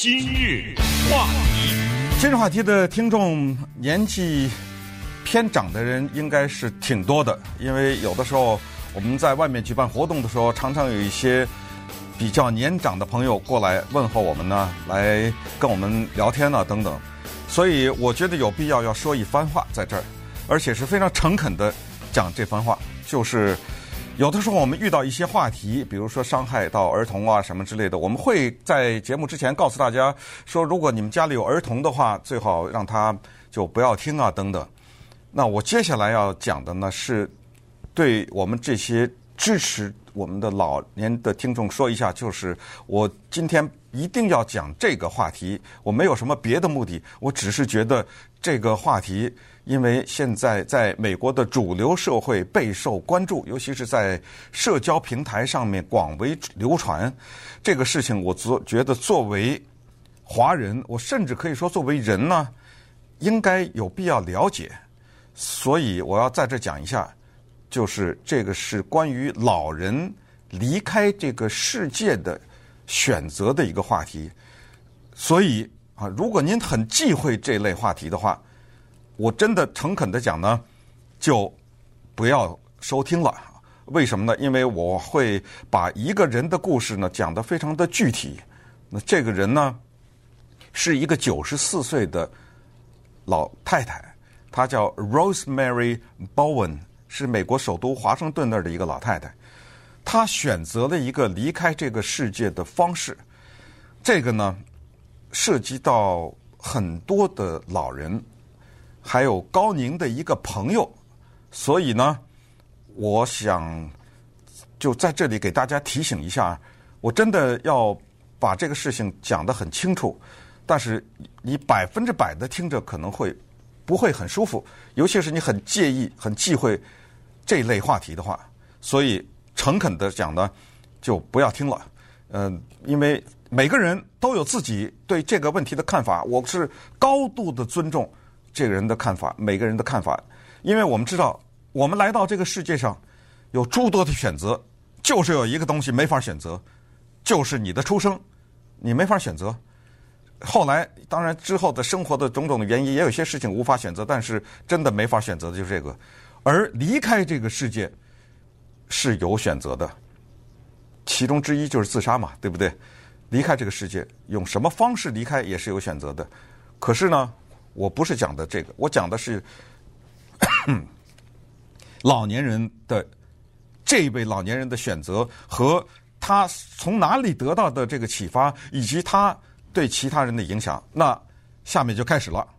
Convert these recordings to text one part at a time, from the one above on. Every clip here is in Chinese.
今日话题， 今日话题的听众年纪偏长的人应该是挺多的，因为有的时候我们在外面举办活动的时候，常常有一些比较年长的朋友过来问候我们呢，来跟我们聊天啊等等，所以我觉得有必要说一番话在这儿，而且是非常诚恳的讲这番话，就是有的时候我们遇到一些话题，比如说伤害到儿童啊什么之类的，我们会在节目之前告诉大家说，如果你们家里有儿童的话，最好让他就不要听啊等等。那我接下来要讲的呢，是对我们这些支持我们的老年的听众说一下，就是我今天一定要讲这个话题，我没有什么别的目的，我只是觉得这个话题因为现在在美国的主流社会备受关注，尤其是在社交平台上面广为流传，这个事情我觉得作为华人，我甚至可以说作为人呢，应该有必要了解，所以我要在这讲一下，就是这个是关于老人离开这个世界的选择的一个话题。所以啊，如果您很忌讳这类话题的话，我真的诚恳的讲呢，就不要收听了。为什么呢？因为我会把一个人的故事呢讲得非常的具体。那这个人呢，是一个94岁的老太太，她叫 Rosemary Bowen， 是美国首都华盛顿那儿的一个老太太。她选择了一个离开这个世界的方式，这个呢涉及到很多的老人，还有高宁的一个朋友，所以呢，我想就在这里给大家提醒一下，我真的要把这个事情讲得很清楚，但是你100%的听着可能不会很舒服，尤其是你很介意、很忌讳这类话题的话，所以诚恳的讲呢，就不要听了。因为每个人都有自己对这个问题的看法，我是高度的尊重这个人的看法，每个人的看法，因为我们知道，我们来到这个世界上有诸多的选择，就是有一个东西没法选择，就是你的出生，你没法选择。后来当然之后的生活的种种的原因，也有些事情无法选择，但是真的没法选择的就是这个。而离开这个世界是有选择的，其中之一就是自杀嘛，对不对？离开这个世界用什么方式离开也是有选择的。可是呢，我不是讲的这个，我讲的是老年人的这位老年人的选择和他从哪里得到的这个启发，以及他对其他人的影响。那下面就开始了，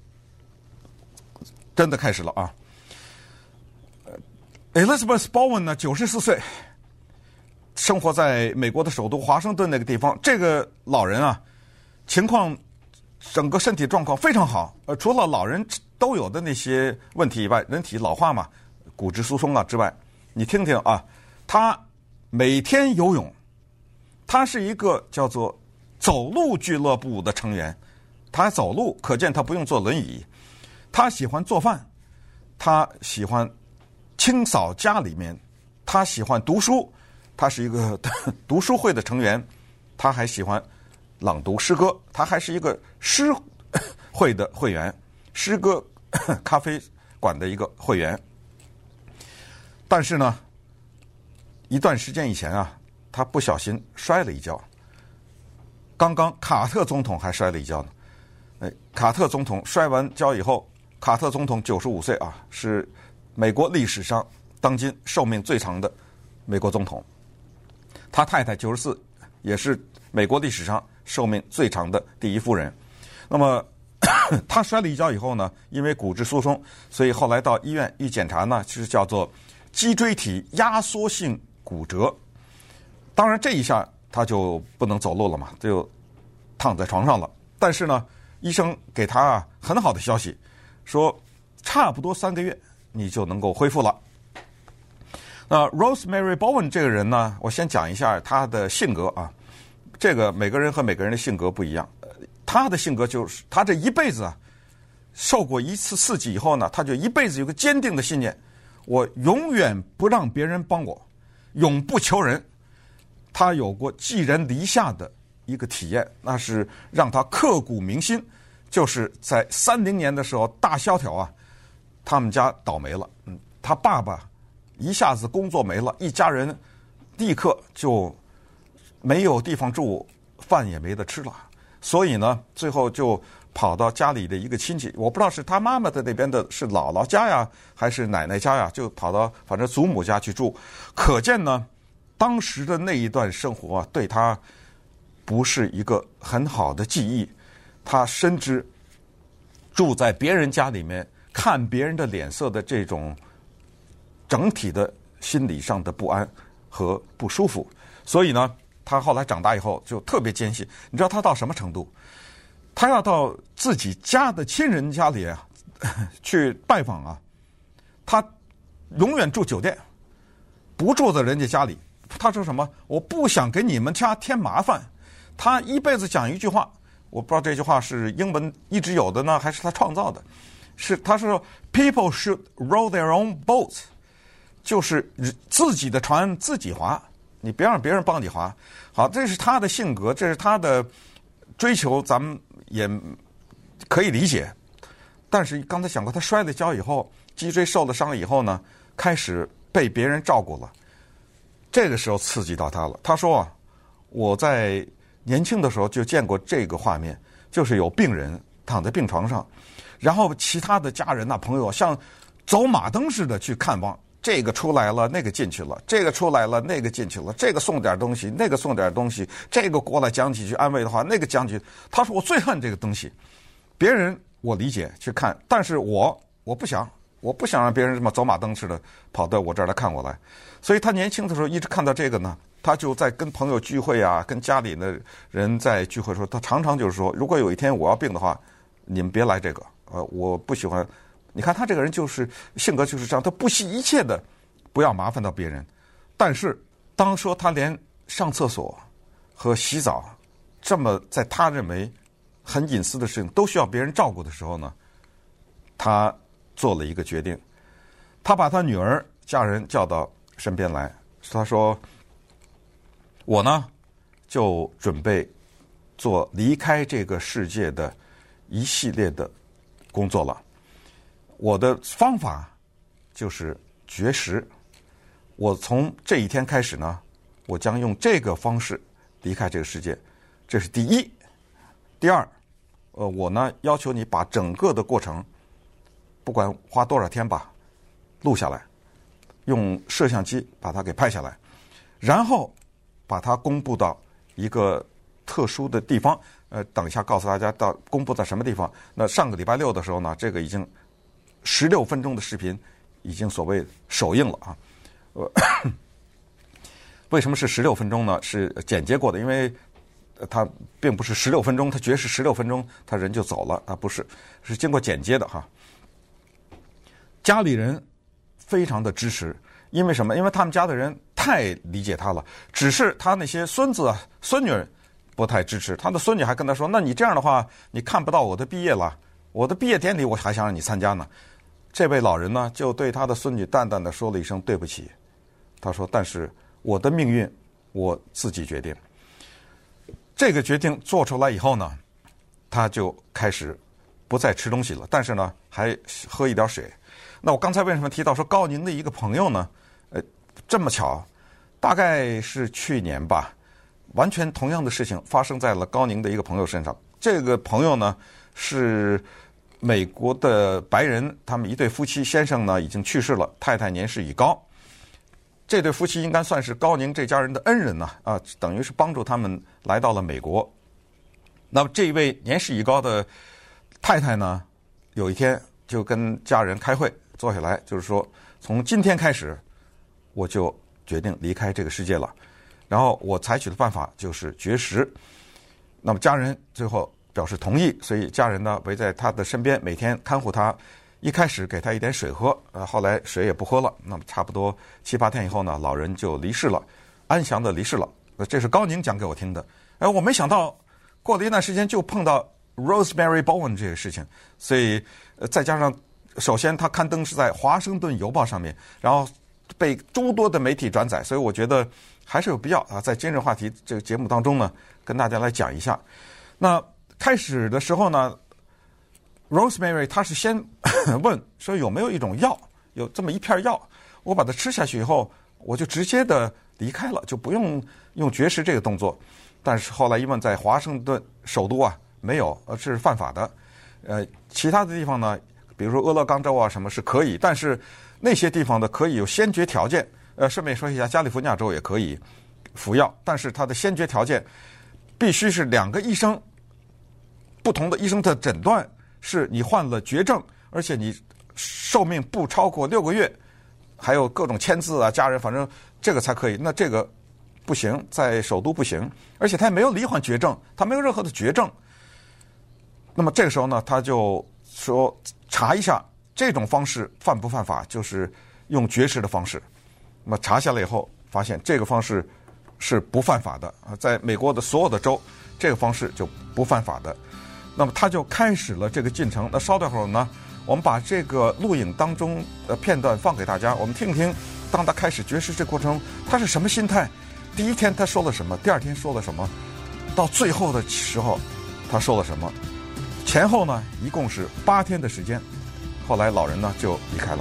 真的开始了啊。Elizabeth Bowen 呢，94岁，生活在美国的首都华盛顿那个地方。这个老人啊，情况整个身体状况非常好，除了老人都有的那些问题以外，人体老化嘛，骨质疏松啊之外，你听听啊，他每天游泳，他是一个叫做走路俱乐部的成员，他走路，可见他不用坐轮椅。他喜欢做饭，他喜欢清扫家里面，他喜欢读书，他是一个读书会的成员，他还喜欢朗读诗歌，他还是一个诗会的会员，诗歌咖啡馆的一个会员。但是呢，一段时间以前啊，他不小心摔了一跤。刚刚卡特总统还摔了一跤呢。卡特总统摔完跤以后，卡特总统95岁啊，是美国历史上当今寿命最长的美国总统。他太太94，也是美国历史上寿命最长的第一夫人。那么他摔了一跤以后呢，因为骨质疏松，所以后来到医院一检查呢，是叫做脊椎体压缩性骨折。当然这一下他就不能走路了嘛，就躺在床上了。但是呢，医生给他很好的消息，说差不多3个月你就能够恢复了。那 Rosemary Bowen 这个人呢，我先讲一下他的性格啊。这个每个人和每个人的性格不一样，他的性格就是他这一辈子啊，受过一次刺激以后呢，他就一辈子有个坚定的信念，我永远不让别人帮我，永不求人。他有过寄人篱下的一个体验，那是让他刻骨铭心。就是在30年的时候大萧条啊，他们家倒霉了。他爸爸一下子工作没了，一家人立刻就没有地方住，饭也没得吃了。所以呢，最后就跑到家里的一个亲戚，我不知道是他妈妈的那边的是姥姥家呀，还是奶奶家呀，就跑到反正祖母家去住。可见呢，当时的那一段生活啊，对他不是一个很好的记忆。他深知住在别人家里面看别人的脸色的这种整体的心理上的不安和不舒服，所以呢，他后来长大以后就特别坚信。你知道他到什么程度？他要到自己家的亲人家里啊去拜访啊，他永远住酒店，不住在人家家里。他说什么？我不想给你们家添麻烦。他一辈子讲一句话。我不知道这句话是英文一直有的呢，还是他创造的。他说 "People should row their own boats"， 就是自己的船自己划，你别让别人帮你划。好，这是他的性格，这是他的追求，咱们也可以理解。但是刚才讲过，他摔了跤以后，脊椎受了伤以后呢，开始被别人照顾了。这个时候刺激到他了。他说啊，我在年轻的时候就见过这个画面，就是有病人躺在病床上，然后其他的家人朋友像走马灯似的去看望，这个出来了，那个进去了，这个出来了，那个进去了，这个送点东西，那个送点东西，这个过来讲几句安慰的话，那个讲几句。他说我最恨这个东西，别人我理解去看，但是我不想让别人这么走马灯似的跑到我这儿来看我来。所以他年轻的时候一直看到这个呢，他就在跟朋友聚会啊，跟家里的人在聚会的时候，他常常就是说，如果有一天我要病的话，你们别来这个，我不喜欢。你看他这个人就是性格就是这样，他不惜一切的不要麻烦到别人。但是当说他连上厕所和洗澡这么在他认为很隐私的事情都需要别人照顾的时候呢，他做了一个决定，他把他女儿家人叫到身边来，他说我呢就准备做离开这个世界的一系列的工作了。我的方法就是绝食，我从这一天开始呢，我将用这个方式离开这个世界，这是第一。第二，我呢要求你把整个的过程，不管花多少天吧，录下来，用摄像机把它给拍下来，然后把它公布到一个特殊的地方。等一下告诉大家到公布在什么地方。那上个礼拜六的时候呢，这个已经16分钟的视频已经所谓首映了啊。为什么是16分钟呢？是剪接过的，因为他并不是16分钟，他绝食16分钟，他人就走了啊，不是，是经过剪接的哈。家里人非常的支持，因为什么？因为他们家的人太理解他了，只是他那些孙子啊、孙女不太支持。他的孙女还跟他说：“那你这样的话，你看不到我的毕业了，我的毕业典礼我还想让你参加呢。”这位老人呢，就对他的孙女淡淡的说了一声对不起。他说：“但是我的命运我自己决定。”这个决定做出来以后呢，他就开始不再吃东西了，但是呢，还喝一点水。那我刚才为什么提到说高宁的一个朋友呢？这么巧，大概是去年吧，完全同样的事情发生在了高宁的一个朋友身上。这个朋友呢是美国的白人，他们一对夫妻，先生呢已经去世了，太太年事已高。这对夫妻应该算是高宁这家人的恩人呐，等于是帮助他们来到了美国。那么这位年事已高的太太呢，有一天就跟家人开会，坐下来就是说，从今天开始我就决定离开这个世界了，然后我采取的办法就是绝食。那么家人最后表示同意，所以家人呢围在他的身边，每天看护他。一开始给他一点水喝，后来水也不喝了。那么差不多7、8天以后呢，老人就离世了，安详的离世了。这是高宁讲给我听的。我没想到过了一段时间就碰到 Rosemary Bowen 这个事情，所以再加上首先他刊登是在《华盛顿邮报》上面，然后被诸多的媒体转载，所以我觉得还是有必要啊，在今日话题这个节目当中呢，跟大家来讲一下。那开始的时候呢 ，Rosemary 她是先问说有没有一种药，有这么一片药，我把它吃下去以后，我就直接的离开了，就不用用绝食这个动作。但是后来一问，在华盛顿首都啊，没有，是犯法的。其他的地方呢，比如说俄勒冈州啊，什么是可以，但是那些地方的可以有先决条件。顺便说一下，加利福尼亚州也可以服药，但是它的先决条件必须是2个医生，不同的医生的诊断是你患了绝症，而且你寿命不超过6个月，还有各种签字啊，家人，反正这个才可以。那这个不行，在首都不行，而且他也没有罹患绝症，他没有任何的绝症。那么这个时候呢，他就说查一下这种方式犯不犯法，就是用绝食的方式。那么查下来以后，发现这个方式是不犯法的啊，在美国的所有的州，这个方式就不犯法的。那么他就开始了这个进程。那稍待会儿呢，我们把这个录影当中的片段放给大家，我们听听，当他开始绝食这过程，他是什么心态？第一天他说了什么？第2天说了什么？到最后的时候，他说了什么？前后呢，一共是8天的时间。后来老人呢就离开了。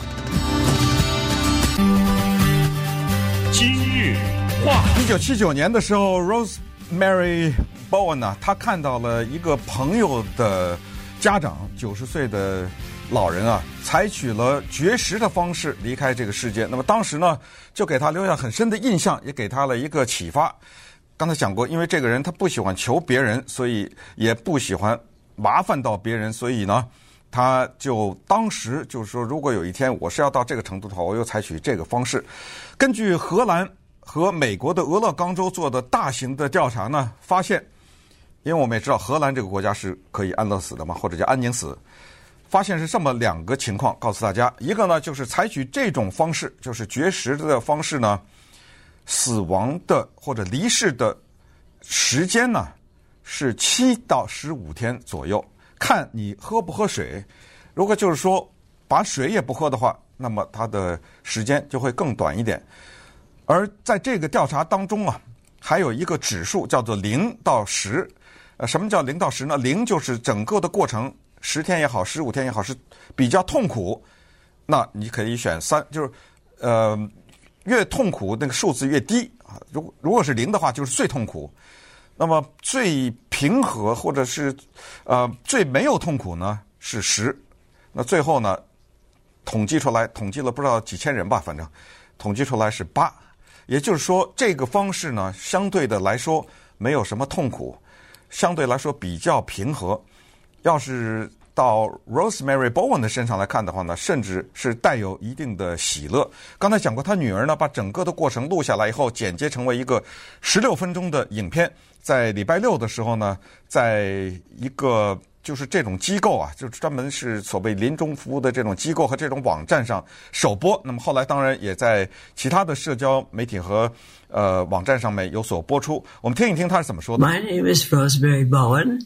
今日话 1979年的时候 ，Rosemary Bowen 呢，他看到了一个朋友的家长90岁的老人啊，采取了绝食的方式离开这个世界。那么当时呢，就给他留下很深的印象，也给他了一个启发。刚才讲过，因为这个人他不喜欢求别人，所以也不喜欢麻烦到别人，所以呢，他就当时就是说，如果有一天我是要到这个程度的话，我又采取这个方式。根据荷兰和美国的俄勒冈州做的大型的调查呢，发现，因为我们也知道荷兰这个国家是可以安乐死的嘛，或者叫安宁死，发现是这么2个情况，告诉大家，一个呢就是采取这种方式，就是绝食的方式呢，死亡的或者离世的时间呢是7到15天左右，看你喝不喝水。如果就是说把水也不喝的话，那么它的时间就会更短一点。而在这个调查当中啊，还有一个指数叫做0到10。什么叫0到10呢？0就是整个的过程10天也好，15天也好，是比较痛苦。那你可以选3，就是越痛苦那个数字越低啊。如果是0的话，就是最痛苦。那么最平和或者是最没有痛苦呢是10。那最后呢，统计了不知道几千人吧，反正统计出来是8。也就是说，这个方式呢，相对的来说没有什么痛苦，相对来说比较平和。要是到 Rosemary Bowen 的身上来看的话呢，甚至是带有一定的喜乐。刚才讲过，他女儿呢把整个的过程录下来以后，剪接成为一个16分钟的影片，在礼拜6的时候呢，在一个就是这种机构啊，就是专门是所谓临终服务的这种机构和这种网站上首播。那么后来当然也在其他的社交媒体和网站上面有所播出。我们听一听他是怎么说的。 My name is Rosemary Bowen,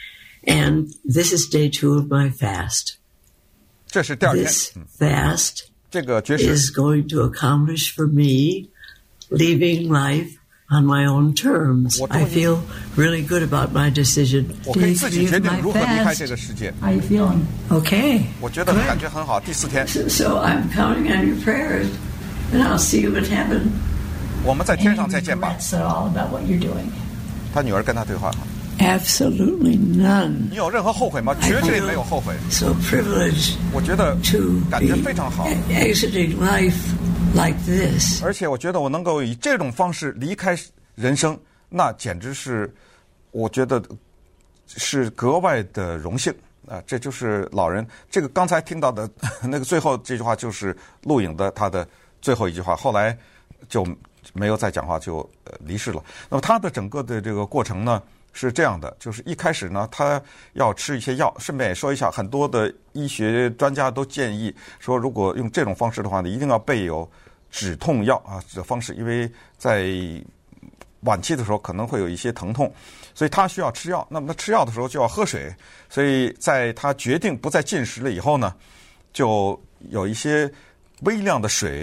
and this is day 2 of my fast. 这是第2天。 This fast 这个绝食 is going to accomplish for me leaving life on my own terms. I feel really good about my decision. 我可以自己决定如何离开这个世界。 How you feeling? Okay. 我觉得感觉很好。第4天， So I'm counting on your prayers, and I'll see you in heaven. 我们在天上再见吧。 Regrets at all about what you're doing? 他女儿跟他对话。 Absolutely none. 你有任何后悔吗？绝对没有后悔。 So privileged 我觉得 to 感 be 觉非常好。 exiting life like this. 而且我觉得我能够以这种方式离开人生，那简直是我觉得是格外的荣幸啊！这就是老人这个刚才听到的那个最后这句话，就是录影的他的最后一句话。后来就没有再讲话，就离世了。那么他的整个的这个过程呢是这样的，就是一开始呢他要吃一些药。顺便也说一下，很多的医学专家都建议说，如果用这种方式的话呢，一定要备有止痛药啊的方式，因为在晚期的时候可能会有一些疼痛，所以他需要吃药。那么他吃药的时候就要喝水，所以在他决定不再进食了以后呢，就有一些微量的水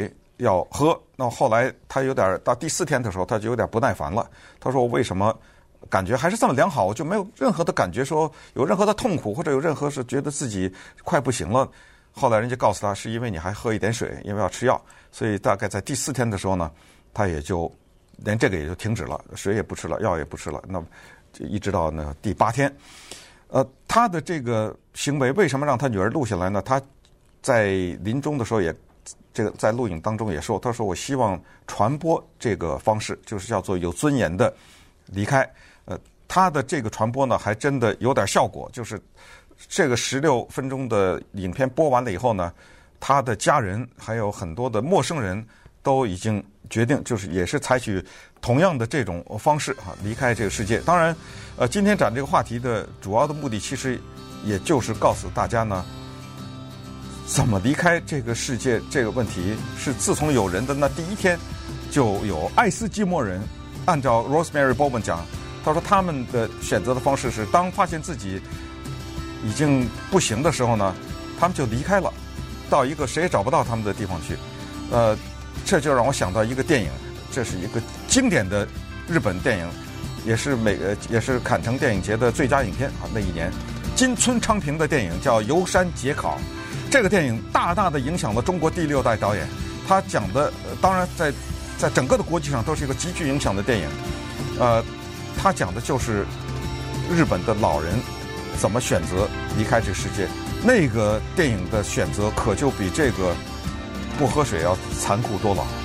要喝。那后来他有点到第4天的时候，他就有点不耐烦了。他说：“我为什么感觉还是这么良好？我就没有任何的感觉说有任何的痛苦，或者有任何是觉得自己快不行了。”后来人家告诉他，是因为你还喝一点水，因为要吃药。所以大概在第4天的时候呢，他也就连这个也就停止了，水也不吃了，药也不吃了。那就一直到呢第8天。他的这个行为为什么让他女儿录下来呢？他在临终的时候也，这个在录影当中也说，他说我希望传播这个方式，就是叫做有尊严的离开。他的这个传播呢，还真的有点效果，就是这个16分钟的影片播完了以后呢，他的家人还有很多的陌生人都已经决定，就是也是采取同样的这种方式离开这个世界。当然，今天讲这个话题的主要的目的，其实也就是告诉大家呢，怎么离开这个世界这个问题，是自从有人的那第一天，就有爱斯基摩人，按照 Rosemary Bowman 讲，他说他们的选择的方式是，当发现自己已经不行的时候呢，他们就离开了，到一个谁也找不到他们的地方去。这就让我想到一个电影，这是一个经典的日本电影，也是坎城电影节的最佳影片那一年，金村昌平的电影叫《游山解考》。这个电影大大的影响了中国第6代导演，他讲的当然在整个的国际上都是一个极具影响的电影。他讲的就是日本的老人怎么选择离开这个世界。那个电影的选择可就比这个不喝水要残酷多了。